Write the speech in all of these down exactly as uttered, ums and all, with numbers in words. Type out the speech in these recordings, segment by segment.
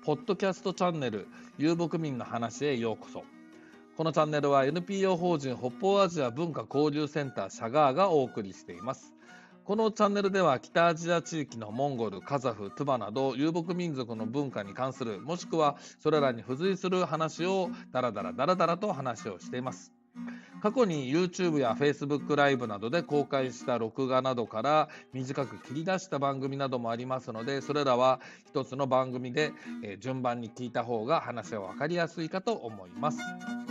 ポッドキャストチャンネル遊牧民の話へようこそ。このチャンネルは エヌピーオー 法人北方アジア文化交流センターシャガーがお送りしています。このチャンネルでは北アジア地域のモンゴル、カザフ、トゥバなど遊牧民族の文化に関する、もしくはそれらに付随する話をダラダラダラダラと話をしています。過去に YouTube や Facebook ライブなどで公開した録画などから短く切り出した番組などもありますので、それらは一つの番組で、えー、順番に聞いた方が話は分かりやすいかと思います。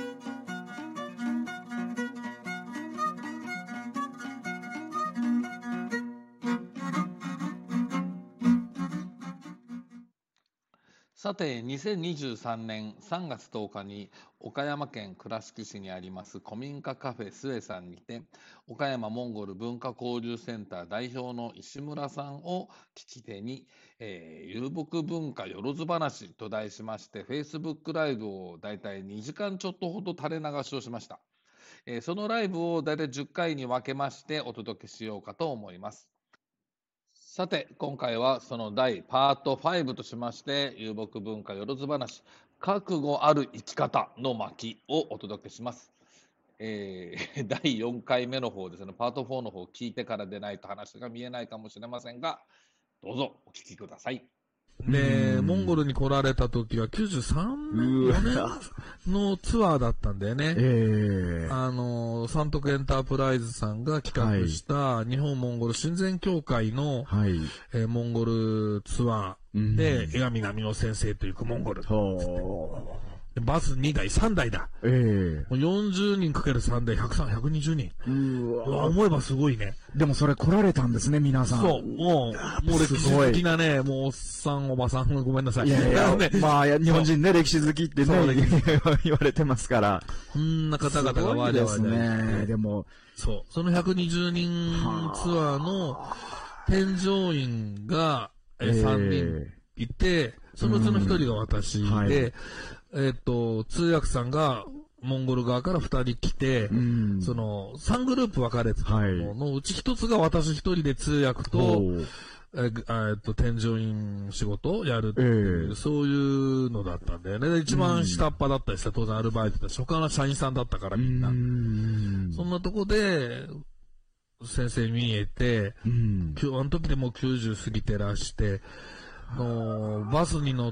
さて、にせんにじゅうさんねんさんがつとおかに岡山県倉敷市にあります古民家カフェスエさんにて、岡山モンゴル文化交流センター代表の石村さんを聞き手に、えー、遊牧文化よろず話と題しまして Facebook ライブをだいたいにじかんちょっとほど垂れ流しをしました。えー、そのライブをだいたいじゅっかいに分けましてお届けしようかと思います。さて、今回はその第パートごとしまして、遊牧文化よろず話、覚悟ある生き方の巻をお届けします。えー、だいよんかいめの方ですね、パートよんの方を聞いてからでないと話が見えないかもしれませんが、どうぞお聞きください。 で、モンゴルに来られた時はきゅうじゅうさんねん、よねんのツアーだったんだよね。えー、あの、三徳エンタープライズさんが企画した日本モンゴル親善協会の、はい、えー、モンゴルツアーで、江上波の先生と行くモンゴル。バスにだい、さんだいだ。ええー。よんじゅうにんかけるさんだい、ひゃくさん、ひゃくにじゅうにん。うわ、思えばすごいね。 でもそれ来られたんですね、皆さん。 そう、もう、もう歴史好きなね、もうおっさん、おばさん、ごめんなさい。 いやいや、ね、まあ、日本人ね、歴史好きってね、言われてますから。 こんな方々が我々 ですね。でも、 そう、そのひゃくにじゅうにんツアーの添乗員がさんにんいて、そのうちのひとりが私で、はい、えっと、通訳さんが、モンゴル側からふたり来て、うん、その、さんグループ分かれてたのの、はい、うちひとつが私ひとりで通訳と、ええっと、添乗員仕事をやるっていう、えー、そういうのだったんだよね。一番下っ端だったりした、当然アルバイトで、初回の社員さんだったからみんな。んそんなとこで、先生見えて、うん、あの時でもうきゅうじゅう過ぎてらして、のバスに乗って、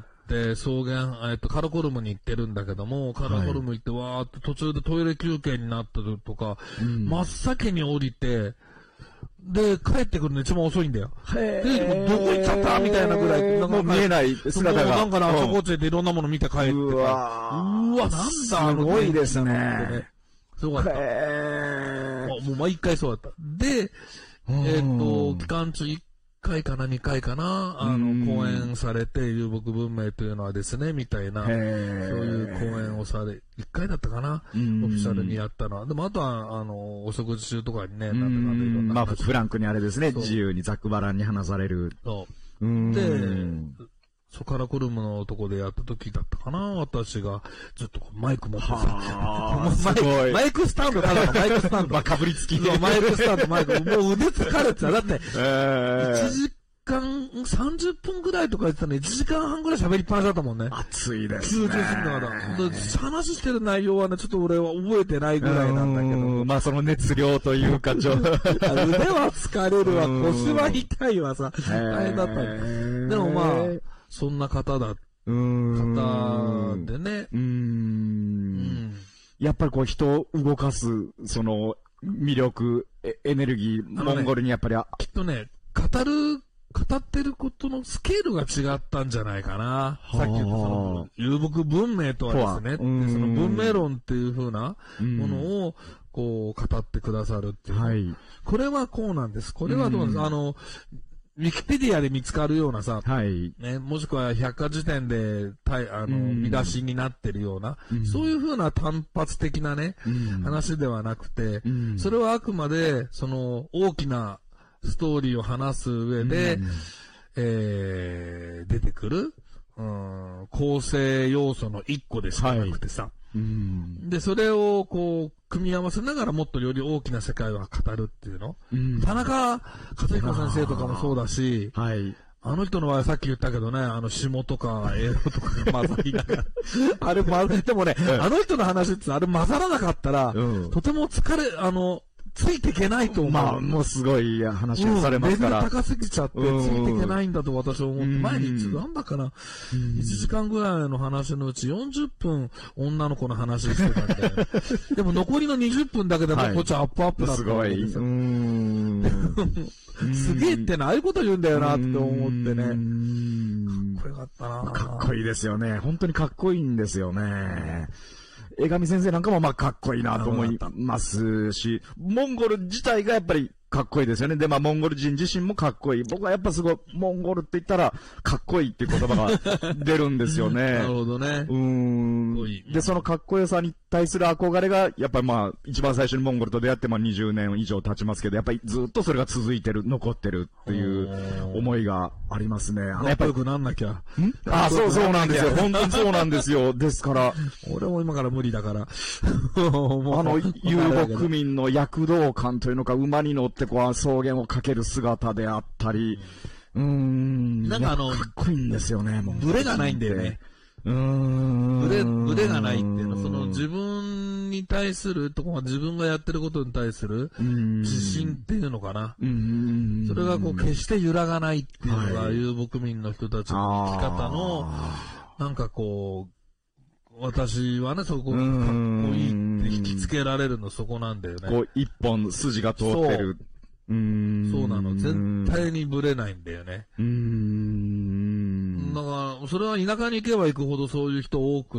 草原、えっと、カラコルムに行ってるんだけども、カラコルム行って、わーっと途中でトイレ休憩になったとか、うん、真っ先に降りて、で、帰ってくるの一番遅いんだよ。で、どこ行っちゃったみたいなぐらい、 なんか見えない姿が。 なんかな、あそこついていろんなもの見て帰ってた。うわうわ、なんだ、 すごいですね。 すごかった。もう毎回そうだった。で、えっと、期間中いっかいかな、にかいかな、あの、講演されて、遊牧文明というのはですね、みたいな、そういう講演をされ、いっかいだったかな、オフィシャルにやったのは。でも、あとは、あの、お食事中とかにね、なんとかいろんな。 まあ、フランクにあれですね、自由にざっくばらんに話される。 そう。で、ソカラコルムのとこでやった時だったかな、私が、ずっとマイク持ってさ、 すごい。 マイクスタンド、ただのマイクスタンド。 まあ、かぶりつき。 マイクスタンド、マイク。もう腕疲れてた。だって、えー、いちじかん、さんじゅっぷんぐらいとか言ってたのに、いちじかんはんぐらい喋りっぱなしだったもんね。 暑いですね。 集中するんだから。話してる内容はね、ちょっと俺は覚えてないぐらいなんだけど。 まあ、その熱量というか、ちょっと。腕は疲れるわ、腰は痛いわさ、大変だったよ。でもまあ、そんな方だ、方でね。 うーん。やっぱりこう人を動かす、その、魅力、エネルギー、モンゴルにやっぱり、 きっとね、語る、語ってることのスケールが違ったんじゃないかな。さっき言ったその、遊牧文明とはですね、その文明論っていう風なものを、こう、語ってくださるっていう。はい。これはこうなんです。これはどうですか、あの、ウィキペディアで見つかるようなさ、はい。ね、もしくは百科事典で、たい、あの、見出しになってるような、うん、そういう風な単発的なね、うん、話ではなくて、うん、それはあくまで、その、大きなストーリーを話す上で、うん、えー、出てくる、うん、構成要素の一個でしかなくてさ、はいうん、で、それをこう、組み合わせながらもっとより大きな世界を語るっていうの。うん、田中克彦先生とかもそうだし、はい。 あの人の場合さっき言ったけどね、あの、下とか、エロとかが混ざりながら。あれ、ま、でもね、あの人の話ってあれ混ざらなかったら、うん、とても疲れ、あの、ついていけないと思う。 まあ、もうすごい話をされますから。 うん、レベル高すぎちゃって、ついていけないんだと私は思って、前に一度なんだかな、いちじかんぐらいの話のうちよんじゅっぷん女の子の話してたんで、でも残りのにじゅっぷんだけでもこっちアップアップだったわけですよ。すごい。うーんすげえってのああいうこと言うんだよなって思ってね。かっこよかったな。 かっこいいですよね。本当にかっこいいんですよね。江上先生なんかもまあかっこいいなと思いますし、モンゴル自体がやっぱりかっこいいですよね。で、まあモンゴル人自身もかっこいい。僕はやっぱすごい、モンゴルって言ったらかっこいいっていう言葉が出るんですよね。 なるほどね。 うーん。で、そのかっこよさに対する憧れが、やっぱりまあ、一番最初にモンゴルと出会ってまあにじゅうねん以上経ちますけど、やっぱりずっとそれが続いてる、残ってるっていう思いがありますね。 あのやっぱりよくなんなきゃ。んああ、そうそうなんですよ。本当にそうなんですよ。ですから。 俺も今から無理だから。 あの、遊牧民の躍動感というのか、馬に乗ってこう草原をかける姿であったり、うーん。 なんかあの、 かっこいいんですよね、もう。 ブレがないんだよね。 うーん。 ブレ、ブレがないっていうのは、その自分に対する、とか自分がやってることに対する自信っていうのかな。 うんそれがこう決して揺らがないっていうのが、遊牧民の人たちの生き方の、なんかこう、私はね、そこ、かっこいいって引きつけられるのそこなんだよね。 こう、一本筋が通ってる。 うーんそうなの。絶対にブレないんだよね。 うーん。 だから、それは田舎に行けば行くほどそういう人多くって、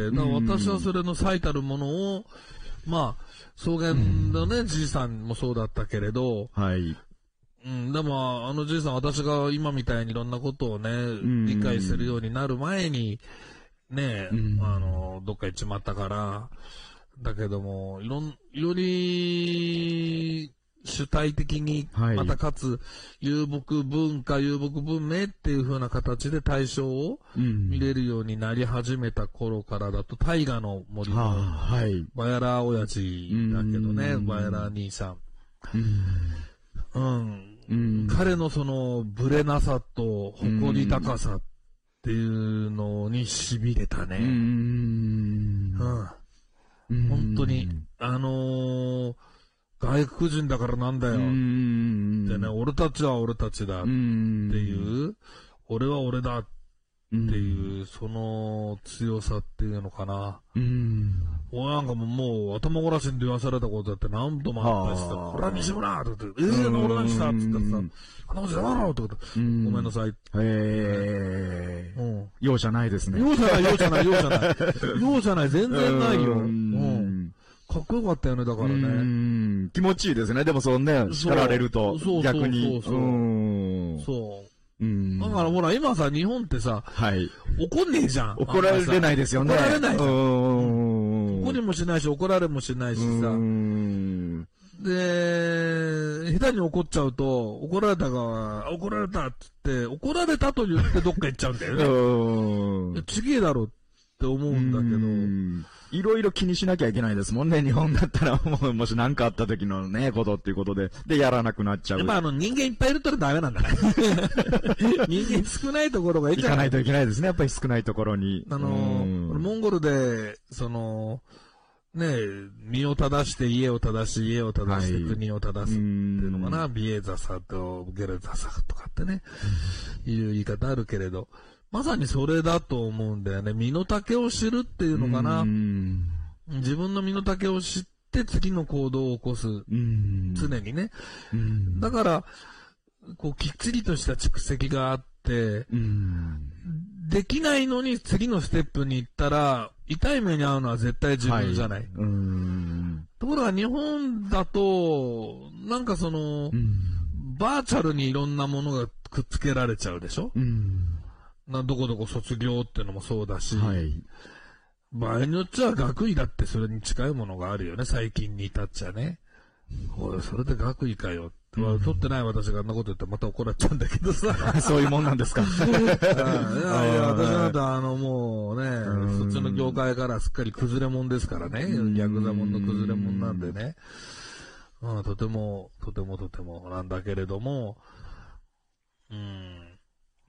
だから私はそれの最たるものを、まあ、草原のね、じいさんもそうだったけれど、 はい。 うん、でも、あのじいさん、私が今みたいにいろんなことをね、理解するようになる前に、ねえ、うん、あの、どっか行っちまったから、だけども、いろん、より、主体的に、またかつ、遊牧文化、遊牧文明っていう風な形で対象を見れるようになり始めた頃からだと、大河の森の、バヤラ親父だけどね、バヤラ兄さん。うん。うん、彼のその、ブレなさと、誇り高さっていうのに痺れたね。うん。うん。本当に、あのー、外国人だからなんだよ。ってね、俺たちは俺たちだっていう、俺は俺だっていう、その強さっていうのかな。俺なんかももう頭ごらしに言わされたことだって何度もあったりして、これは西村って言って、ええー、俺何したって言ったらさ、あんなことじゃなろってこと。ごめんなさい。へえ。うん。容赦ないですね。 容赦ない、容赦ない、容赦ない。容赦ない、全然ないよ。うん。かっこよかったよね、だからね。うん。気持ちいいですね。でもそのね、叱られると、逆に。 そうそう。そう。うん。だからほら、今さ、日本ってさ、はい。怒んねえじゃん。 怒られないですよね。 怒られないじゃん。怒りもしないし、怒られもしないしさ。で、下手に怒っちゃうと、怒られた側、怒られたって言って、怒られたと言ってどっか行っちゃうんだよね。ちげえだろって思うんだけど。 いろいろ気にしなきゃいけないですもんね。日本だったらもう、もし何かあった時のね、ことっていうことで、で、やらなくなっちゃう。 やっぱあの、人間いっぱいいるとダメなんだね。人間少ないところがいいじゃない。 行かないといけないですね。やっぱり少ないところに。 あの、モンゴルで、その、ね、身を正して家を正し、家を正して国を正すっていうのかな。ビエザサとゲルザサとかってね、いう言い方あるけれど、まさにそれだと思うんだよね。身の丈を知るっていうのかな。自分の身の丈を知って次の行動を起こす。常にね。だから、こう、きっちりとした蓄積があって、できないのに次のステップに行ったら、痛い目に遭うのは絶対自分じゃない。はい、ところが日本だと、なんかその、バーチャルにいろんなものがくっつけられちゃうでしょ。などこどこ卒業ってのもそうだし、はい、場合によっちゃ学位だってそれに近いものがあるよね、最近に至っちゃね。おい、それで学位かよ。うん、取ってない私があんなこと言ってまた怒らっちゃうんだけどさ。 そういうもんなんですか。いやいや、私なんてあのもうね、そっちの業界からすっかり崩れもんですからね。ヤクザもんの崩れもんなんでね。うん、とても、とてもとてもなんだけれども、うん。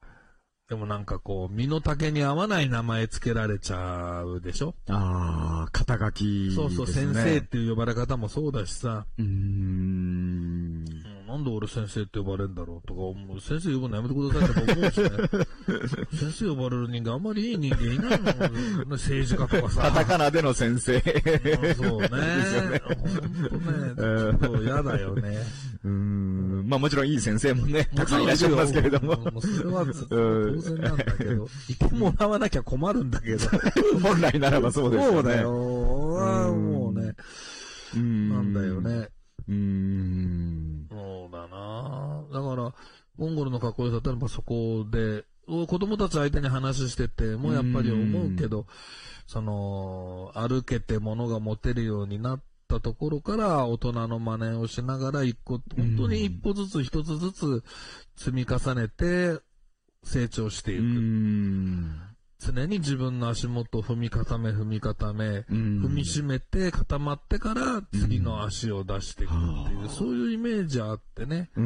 でもなんかこう、身の丈に合わない名前つけられちゃうでしょ。 ああ、肩書きですね。 そうそう、先生っていう呼ばれ方もそうだしさ。 うーん。 うんなんで俺先生って呼ばれるんだろうとか思う。先生呼ぶのやめてくださいとか思うしね。先生呼ばれる人間あんまりいい人間いないの。政治家とかさ。 カタカナでの先生。 そうね。ほんとね。ちょっと嫌だよね。 うーん。まあもちろんいい先生もね、たくさんいらっしゃいますけれども。 もうそれは当然なんだけど、いてもらわなきゃ困るんだけど。 本来ならばそうですよね。 そうだよ。もうね。なんだよね。 うーん。 そうだな。だから、モンゴルのかっこよさってやっぱそこで、子供たち相手に話しててもやっぱり思うけど、その、歩けて物が持てるようになったところから大人の真似をしながら一個、本当に一歩ずつ一つずつ積み重ねて成長していく。常に自分の足元を踏み固め踏み固め、踏みしめて固まってから次の足を出していくっていう、そういうイメージあってね。 うん、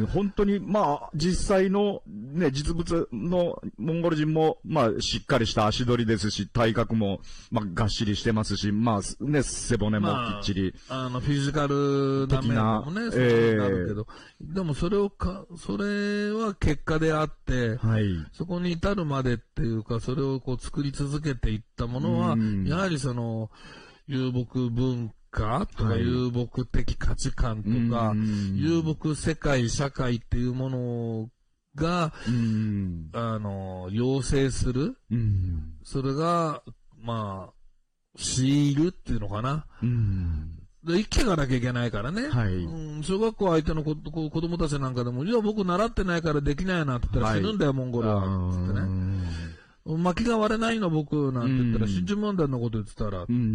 本当に、まあ、実際のね、実物のモンゴル人も、まあ、しっかりした足取りですし、体格も、まあ、がっしりしてますし、まあ、ね、背骨もきっちり。 まあ、あの、フィジカルな面もね、そういうのあるけど、えー、でもそれをか、それは結果であって、はい、そこに至るまでっていうか、それをこう作り続けていったものは、やはりその、遊牧文化とか、はい、遊牧的価値観とか、遊牧世界、社会っていうものが、あの、要請する、それが、まあ、強いるっていうのかな。で、生きていかなきゃいけないからね。はい、うん、小学校相手の子子供たちなんかでも、いや、僕習ってないからできないなって言ったら死ぬんだよ、はい、モンゴルは。つってね。巻きが割れないの僕なんて言ったら、真珠問題のこと言ってたらっていう。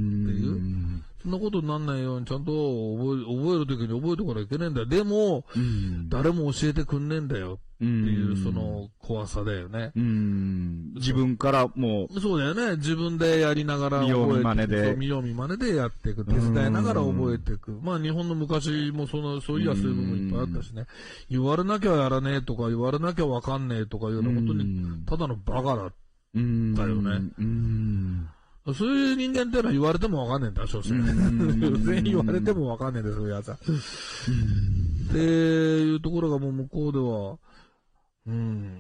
そんなことになんないようにちゃんと覚え、覚えるときに覚えてからいけねえんだよ。でも、誰も教えてくんねえんだよっていう、その怖さだよね。 自分からもう。そうだよね。自分でやりながら覚えていく。見よう見まねで。見よう見まねでやっていく。手伝いながら覚えていく。まあ日本の昔もその、そういやそういう部分いっぱいあったしね。言われなきゃやらねえとか、言われなきゃわかんねえとかいうのは本当にただのバカだって。だよね。そういう人間っていうのは言われてもわかんねえんだ、所詮。全員言われてもわかんねえんだ、そういうやつは。っていうところがもう向こうでは、うん、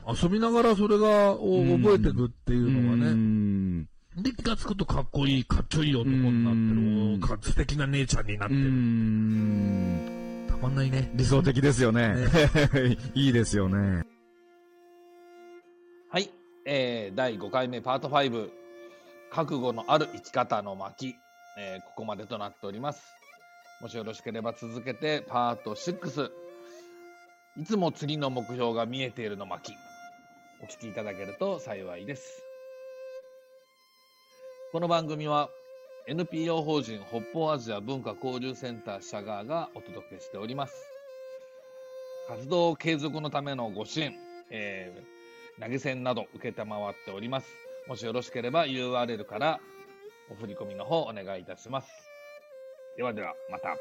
遊びながらそれが、を覚えていくっていうのがね。で、気がつくとかっこいい、かっちょいい男になってる、素敵な姉ちゃんになってる。たまんないね。 理想的ですよね。ねいいですよね。 はい。えー、だいごかいめパートファイブ、覚悟のある生き方の巻、えー、ここまでとなっております。もしよろしければ続けてパートシックス、いつも次の目標が見えているの巻、お聞きいただけると幸いです。この番組は エヌピーオー 法人北方アジア文化交流センターシャガーがお届けしております。活動継続のためのご支援、えー投げ銭など受けたまわっております。もしよろしければ ユーアールエル からお振り込みの方お願いいたします。ではではまた。